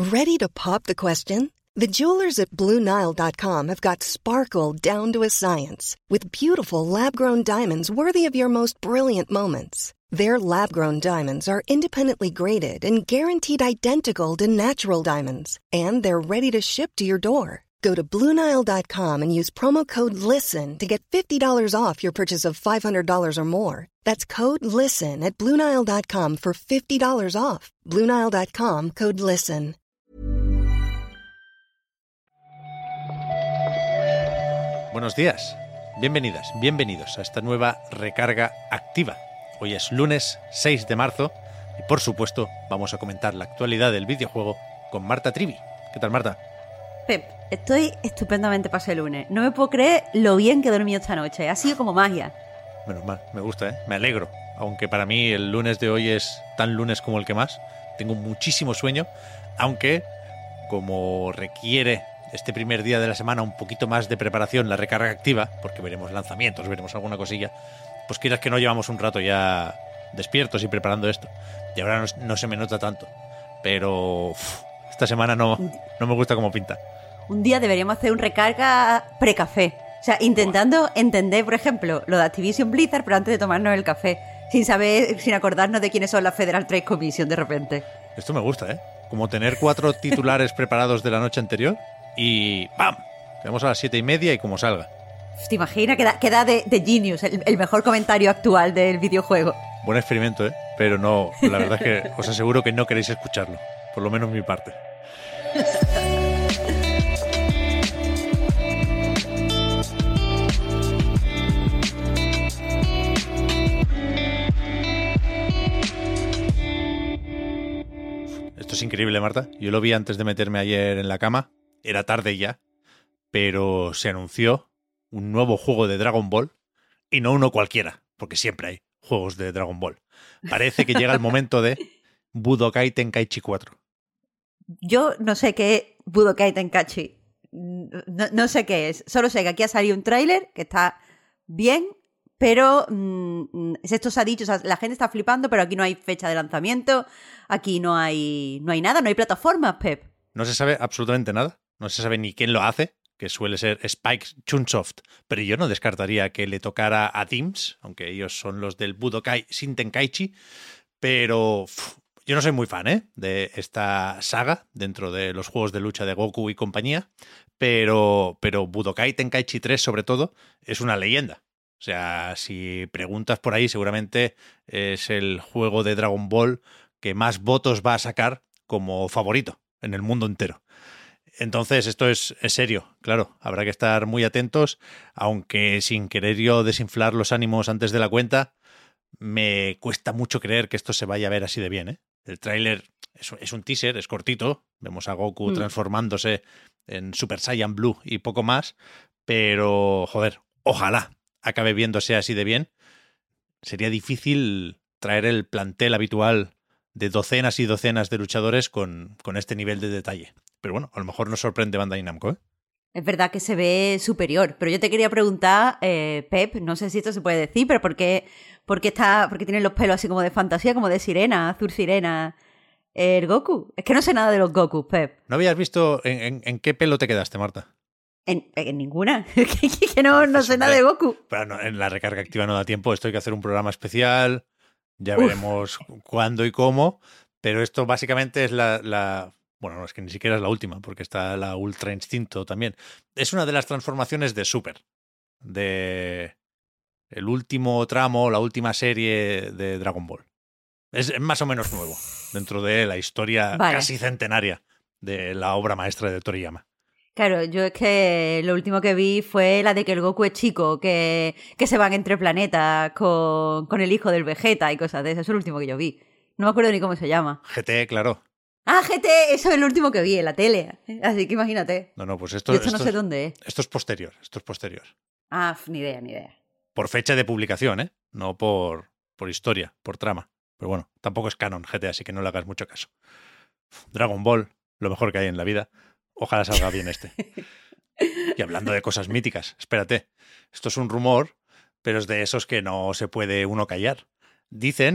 Ready to pop the question? The jewelers at BlueNile.com have got sparkle down to a science with beautiful lab-grown diamonds worthy of your most brilliant moments. Their lab-grown diamonds are independently graded and guaranteed identical to natural diamonds, and they're ready to ship to your door. Go to BlueNile.com and use promo code LISTEN to get $50 off your purchase of $500 or more. That's code LISTEN at BlueNile.com for $50 off. BlueNile.com, code LISTEN. Buenos días, bienvenidas, bienvenidos a esta nueva recarga activa. Hoy es lunes 6 de marzo y por supuesto vamos a comentar la actualidad del videojuego con Marta Trivi. ¿Qué tal, Marta? Pep, estoy estupendamente pasé el lunes. No me puedo creer lo bien que he dormido esta noche. Ha sido como magia. Menos mal, me gusta, me alegro. Aunque para mí el lunes de hoy es tan lunes como el que más. Tengo muchísimo sueño, aunque como requiere este primer día de la semana un poquito más de preparación, la recarga activa, porque veremos lanzamientos, veremos alguna cosilla, pues quieras que no, llevamos un rato ya despiertos y preparando esto. Y ahora no se me nota tanto. Pero esta semana no me gusta cómo pinta. Un día deberíamos hacer un recarga pre-café. O sea, intentando entender, por ejemplo, lo de Activision Blizzard, pero antes de tomarnos el café, sin acordarnos de quiénes son las Federal Trade Commission de repente. Esto me gusta, como tener 4 titulares preparados de la noche anterior y ¡pam! Quedamos a las 7:30 y como salga. ¿Te imaginas? Queda de Genius, el mejor comentario actual del videojuego. Buen experimento, pero no, la verdad es que os aseguro que no queréis escucharlo, por lo menos mi parte. Esto es increíble, Marta. Yo lo vi antes de meterme ayer en la cama. Era tarde ya, pero se anunció un nuevo juego de Dragon Ball y no uno cualquiera, porque siempre hay juegos de Dragon Ball. Parece que llega el momento de Budokai Tenkaichi 4. Yo no sé qué es Budokai Tenkaichi. No sé qué es. Solo sé que aquí ha salido un tráiler que está bien, pero esto se ha dicho, o sea, la gente está flipando, pero aquí no hay fecha de lanzamiento, aquí no hay nada, no hay plataformas, Pep. No se sabe absolutamente nada. No se sabe ni quién lo hace, que suele ser Spike Chunsoft, pero yo no descartaría que le tocara a Teams, aunque ellos son los del Budokai Shin Tenkaichi, pero yo no soy muy fan de esta saga dentro de los juegos de lucha de Goku y compañía, pero Budokai Tenkaichi 3 sobre todo es una leyenda. O sea, si preguntas por ahí, seguramente es el juego de Dragon Ball que más votos va a sacar como favorito en el mundo entero. Entonces, esto es serio, claro, habrá que estar muy atentos, aunque sin querer yo desinflar los ánimos antes de la cuenta, me cuesta mucho creer que esto se vaya a ver así de bien, El tráiler es un teaser, es cortito, vemos a Goku transformándose en Super Saiyan Blue y poco más, pero, joder, ojalá acabe viéndose así de bien. Sería difícil traer el plantel habitual de docenas y docenas de luchadores con este nivel de detalle. Pero bueno, a lo mejor nos sorprende Bandai Namco, Es verdad que se ve superior, pero yo te quería preguntar, Pep, no sé si esto se puede decir, pero ¿por qué tienen los pelos así como de fantasía, como de sirena, azul sirena, el Goku? Es que no sé nada de los Goku, Pep. ¿No habías visto en qué pelo te quedaste, Marta? En ninguna, que no sé nada de Goku. Pero no, en la recarga activa no da tiempo, esto hay que hacer un programa especial, ya veremos cuándo y cómo, pero esto básicamente es bueno, no, es que ni siquiera es la última, porque está la Ultra Instinto también. Es una de las transformaciones de Super, de el último tramo, la última serie de Dragon Ball. Es más o menos nuevo, dentro de la historia casi centenaria de la obra maestra de Toriyama. Claro, yo es que lo último que vi fue la de que el Goku es chico, que se van entre planetas con el hijo del Vegeta y cosas de eso. Eso es lo último que yo vi. No me acuerdo ni cómo se llama. GT, claro. Ah, GT, eso es lo último que vi en la tele. Así que imagínate. No, pues esto no sé dónde es. Esto es posterior, Ah, ni idea. Por fecha de publicación, no por historia, por trama. Pero bueno, tampoco es canon GT, así que no le hagas mucho caso. Dragon Ball, lo mejor que hay en la vida. Ojalá salga bien este. Y hablando de cosas míticas, espérate. Esto es un rumor, pero es de esos que no se puede uno callar. Dicen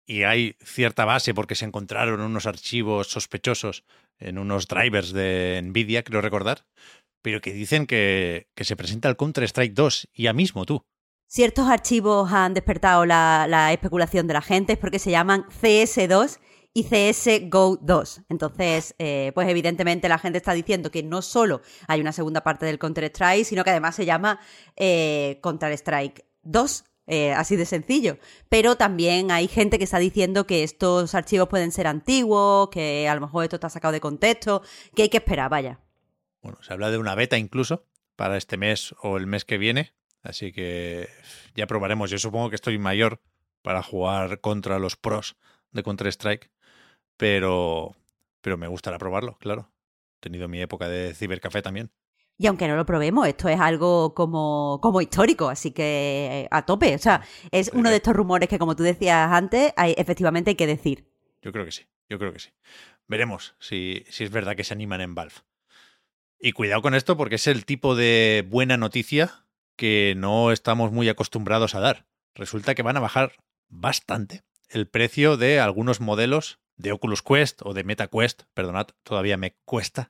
y hay cierta base porque se encontraron unos archivos sospechosos en unos drivers de Nvidia, creo recordar, pero que dicen que se presenta el Counter-Strike 2 ya mismo, tú. Ciertos archivos han despertado la especulación de la gente porque se llaman CS2 y CSGO 2. Entonces, pues evidentemente la gente está diciendo que no solo hay una segunda parte del Counter-Strike, sino que además se llama Counter-Strike 2. Así de sencillo. Pero también hay gente que está diciendo que estos archivos pueden ser antiguos, que a lo mejor esto está sacado de contexto, que hay que esperar, vaya. Bueno, se habla de una beta incluso para este mes o el mes que viene, así que ya probaremos. Yo supongo que estoy mayor para jugar contra los pros de Counter-Strike, pero me gustará probarlo, claro. He tenido mi época de cibercafé también. Y aunque no lo probemos, esto es algo como histórico, así que a tope. O sea, es uno de estos rumores que, como tú decías antes, efectivamente hay que decir. Yo creo que sí, yo creo que sí. Veremos si es verdad que se animan en Valve. Y cuidado con esto porque es el tipo de buena noticia que no estamos muy acostumbrados a dar. Resulta que van a bajar bastante el precio de algunos modelos de Oculus Quest o de MetaQuest. Perdonad, todavía me cuesta.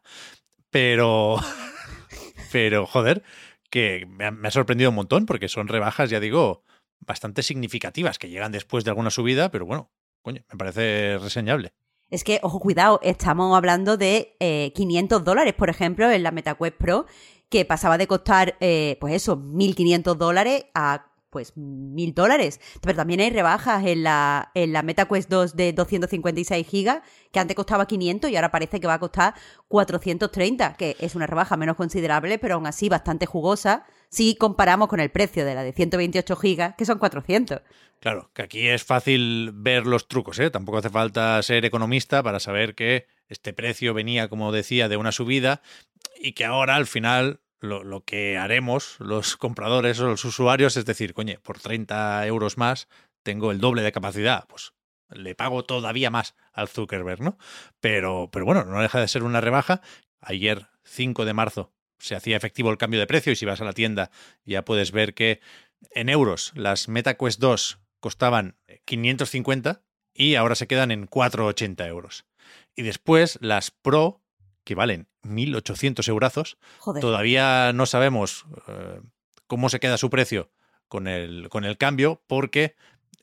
Pero, joder, que me ha sorprendido un montón porque son rebajas, ya digo, bastante significativas que llegan después de alguna subida, pero bueno, coño, me parece reseñable. Es que, ojo, cuidado, estamos hablando de $500, por ejemplo, en la MetaQuest Pro, que pasaba de costar, pues eso, $1.500 a pues $1.000. Pero también hay rebajas en la MetaQuest 2 de 256 GB, que antes costaba 500 y ahora parece que va a costar 430, que es una rebaja menos considerable, pero aún así bastante jugosa si comparamos con el precio de la de 128 GB, que son 400. Claro, que aquí es fácil ver los trucos, ¿eh? Tampoco hace falta ser economista para saber que este precio venía, como decía, de una subida y que ahora al final lo que haremos los compradores o los usuarios es decir, coño, por 30 euros más tengo el doble de capacidad, pues le pago todavía más al Zuckerberg, ¿no? Pero bueno, no deja de ser una rebaja. Ayer, 5 de marzo, se hacía efectivo el cambio de precio y si vas a la tienda ya puedes ver que en euros las MetaQuest 2 costaban 550 y ahora se quedan en 480 euros. Y después las Pro, que valen 1.800 eurazos, Joder. Todavía no sabemos cómo se queda su precio con el cambio porque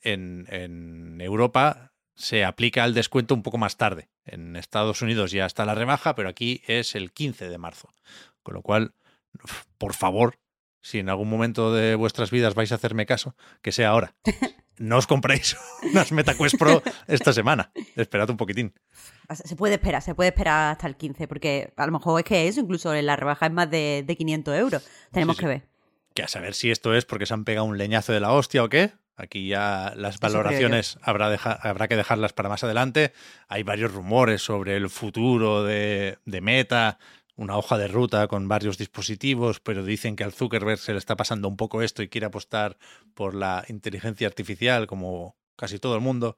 en Europa se aplica el descuento un poco más tarde. En Estados Unidos ya está la rebaja, pero aquí es el 15 de marzo. Con lo cual, por favor, si en algún momento de vuestras vidas vais a hacerme caso, que sea ahora. No os compréis unas MetaQuest Pro esta semana. Esperad un poquitín. Se puede esperar hasta el 15, porque a lo mejor es que eso, incluso en la rebaja es más de 500 euros. Tenemos que ver. Que a saber si esto es porque se han pegado un leñazo de la hostia o qué. Aquí ya las valoraciones habrá que dejarlas para más adelante. Hay varios rumores sobre el futuro de Meta, una hoja de ruta con varios dispositivos, pero dicen que al Zuckerberg se le está pasando un poco esto y quiere apostar por la inteligencia artificial como casi todo el mundo.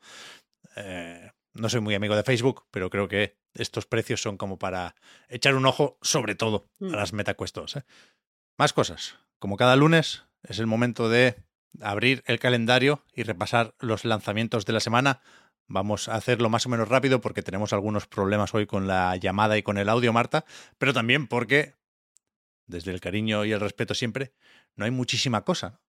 No soy muy amigo de Facebook, pero creo que estos precios son como para echar un ojo sobre todo a las MetaQuest 2, ¿eh? Más cosas. Como cada lunes es el momento de abrir el calendario y repasar los lanzamientos de la semana. Vamos a hacerlo más o menos rápido porque tenemos algunos problemas hoy con la llamada y con el audio, Marta, pero también porque, desde el cariño y el respeto siempre, no hay muchísima cosa.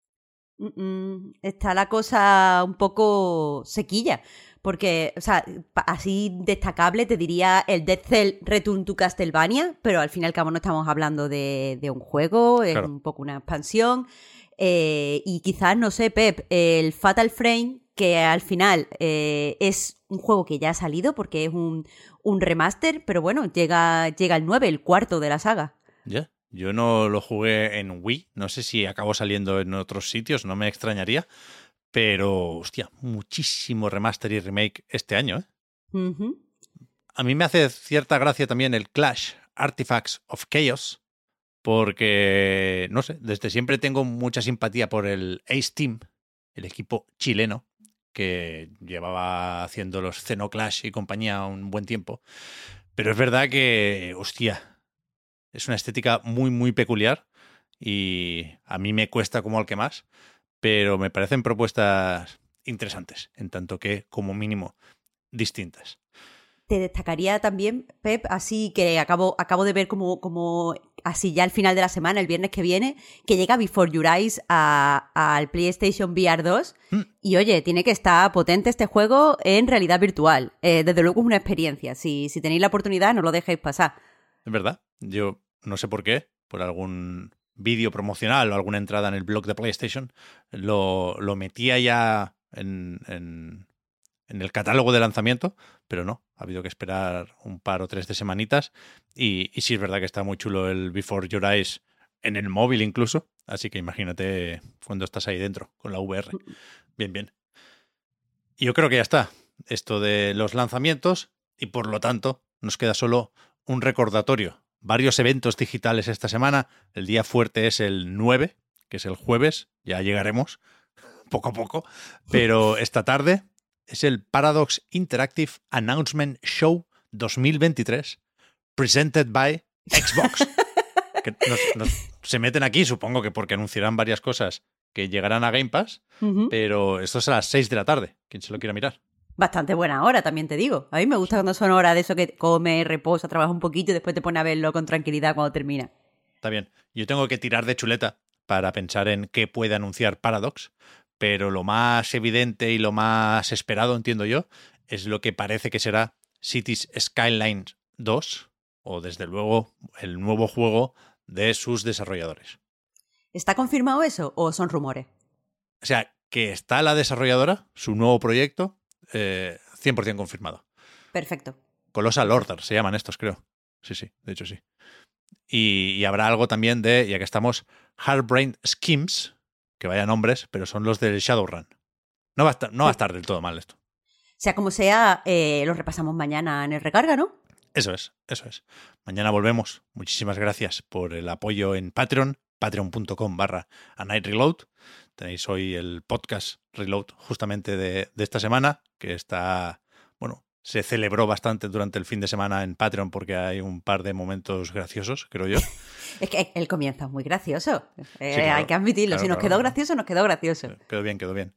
Está la cosa un poco sequilla, porque, o sea, así destacable te diría el Dead Cell Return to Castlevania, pero al fin y al cabo no estamos hablando de un juego, es Claro. un poco una expansión. Y quizás, no sé, Pep, el Fatal Frame, que al final es un juego que ya ha salido porque es un remaster, pero bueno, llega el 9, el cuarto de la saga. ¿Ya? Yo no lo jugué en Wii, no sé si acabó saliendo en otros sitios, no me extrañaría, pero, hostia, muchísimo remaster y remake este año, ¿eh? Uh-huh. A mí me hace cierta gracia también el Clash Artifacts of Chaos, porque, no sé, desde siempre tengo mucha simpatía por el Ace Team, el equipo chileno, que llevaba haciendo los Xenoclash y compañía un buen tiempo. Pero es verdad que, hostia, es una estética muy, muy peculiar y a mí me cuesta como al que más, pero me parecen propuestas interesantes, en tanto que, como mínimo, distintas. Te destacaría también, Pep, así que acabo de ver como así ya al final de la semana, el viernes que viene, que llega Before Your Eyes al PlayStation VR 2. Y oye, tiene que estar potente este juego en realidad virtual. Desde luego es una experiencia. Si tenéis la oportunidad, no lo dejéis pasar. Es verdad. Yo no sé por qué, por algún vídeo promocional o alguna entrada en el blog de PlayStation, lo metía ya en el catálogo de lanzamiento, pero no, ha habido que esperar un par o 3 de semanitas y sí es verdad que está muy chulo el Before Your Eyes en el móvil incluso, así que imagínate cuando estás ahí dentro con la VR. Bien, bien. Y yo creo que ya está esto de los lanzamientos y por lo tanto nos queda solo un recordatorio. Varios eventos digitales esta semana, el día fuerte es el 9, que es el jueves, ya llegaremos poco a poco, pero esta tarde es el Paradox Interactive Announcement Show 2023, presented by Xbox. Que se meten aquí, supongo que porque anunciarán varias cosas que llegarán a Game Pass, pero esto es a las 6 de la tarde, quien se lo quiera mirar. Bastante buena hora, también te digo. A mí me gusta cuando son horas de eso que come, reposa, trabaja un poquito y después te pone a verlo con tranquilidad cuando termina. Está bien. Yo tengo que tirar de chuleta para pensar en qué puede anunciar Paradox, pero lo más evidente y lo más esperado, entiendo yo, es lo que parece que será Cities Skylines 2, o desde luego el nuevo juego de sus desarrolladores. ¿Está confirmado eso o son rumores? O sea, que está la desarrolladora, su nuevo proyecto, 100% confirmado. Perfecto. Colossal Order se llaman estos, creo. Sí, de hecho sí. Y habrá algo también de, ya que estamos, Hardbrain Schemes, que vaya nombres, pero son los del Shadowrun. No va a estar del todo mal esto. Sea como sea, lo repasamos mañana en el Recarga, ¿no? Eso es. Mañana volvemos. Muchísimas gracias por el apoyo en Patreon, patreon.com/ANightReload. Tenéis hoy el podcast Reload justamente de esta semana, que está, bueno, se celebró bastante durante el fin de semana en Patreon porque hay un par de momentos graciosos, creo yo. Es que el comienzo es muy gracioso. Sí, claro, hay que admitirlo. claro, Si nos quedó gracioso, nos quedó gracioso. Quedó bien.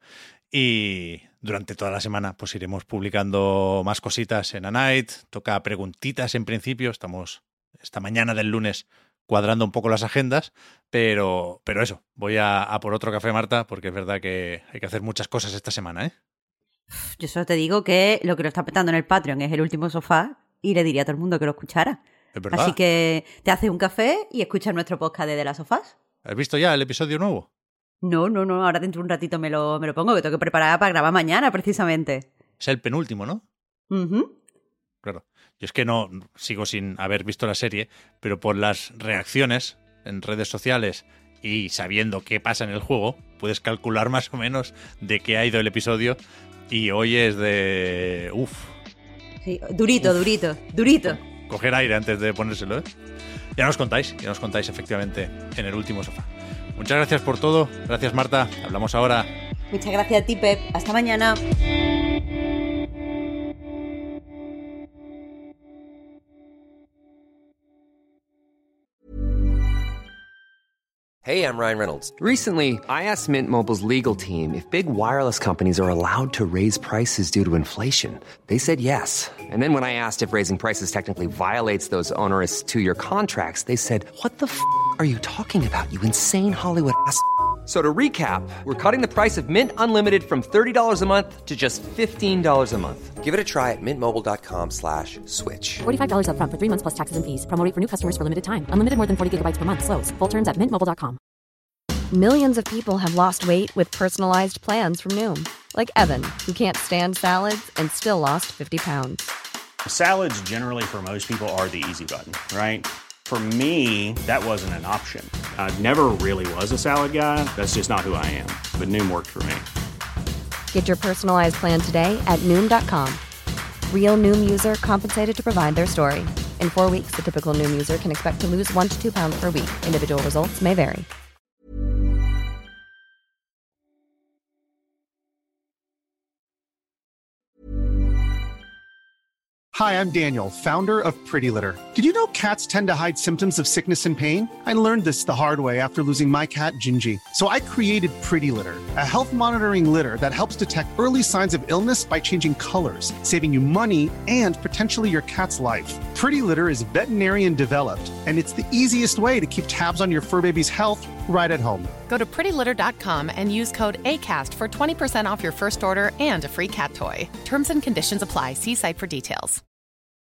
Y durante toda la semana pues iremos publicando más cositas en A Night. Toca preguntitas en principio. Estamos esta mañana del lunes cuadrando un poco las agendas, pero eso, voy a por otro café, Marta, porque es verdad que hay que hacer muchas cosas esta semana, ¿eh? Yo solo te digo que lo que lo está petando en el Patreon es el último sofá y le diría a todo el mundo que lo escuchara. Es verdad. Así que te haces un café y escuchas nuestro podcast de las sofás. ¿Has visto ya el episodio nuevo? No, ahora dentro de un ratito me lo pongo, que tengo que preparar para grabar mañana, precisamente. Es el penúltimo, ¿no? Claro. Yo es que no sigo sin haber visto la serie, pero por las reacciones en redes sociales y sabiendo qué pasa en el juego, puedes calcular más o menos de qué ha ido el episodio. Y hoy es de... Sí, durito. Coger aire antes de ponérselo, ¿eh? Ya nos contáis efectivamente en el último sofá. Muchas gracias por todo. Gracias, Marta. Hablamos ahora. Muchas gracias a ti, Pep. Hasta mañana. Hey, I'm Ryan Reynolds. Recently, I asked Mint Mobile's legal team if big wireless companies are allowed to raise prices due to inflation. They said yes. And then when I asked if raising prices technically violates those onerous two-year contracts, they said, "What the f*** are you talking about, you insane Hollywood ass?" So to recap, we're cutting the price of Mint Unlimited from $30 a month to just $15 a month. Give it a try at mintmobile.com/switch. $45 up front for 3 months plus taxes and fees. Promo rate for new customers for limited time. Unlimited more than 40 gigabytes per month. Slows full terms at mintmobile.com. Millions of people have lost weight with personalized plans from Noom. Like Evan, who can't stand salads and still lost 50 pounds. Salads generally for most people are the easy button, right? For me, that wasn't an option. I never really was a salad guy. That's just not who I am. But Noom worked for me. Get your personalized plan today at Noom.com. Real Noom user compensated to provide their story. In 4 weeks, the typical Noom user can expect to lose 1 to 2 pounds per week. Individual results may vary. Hi, I'm Daniel, founder of Pretty Litter. Did you know cats tend to hide symptoms of sickness and pain? I learned this the hard way after losing my cat, Gingy. So I created Pretty Litter, a health monitoring litter that helps detect early signs of illness by changing colors, saving you money and potentially your cat's life. Pretty Litter is veterinarian developed, and it's the easiest way to keep tabs on your fur baby's health right at home. Go to prettylitter.com and use code ACAST for 20% off your first order and a free cat toy. Terms and conditions apply. See site for details.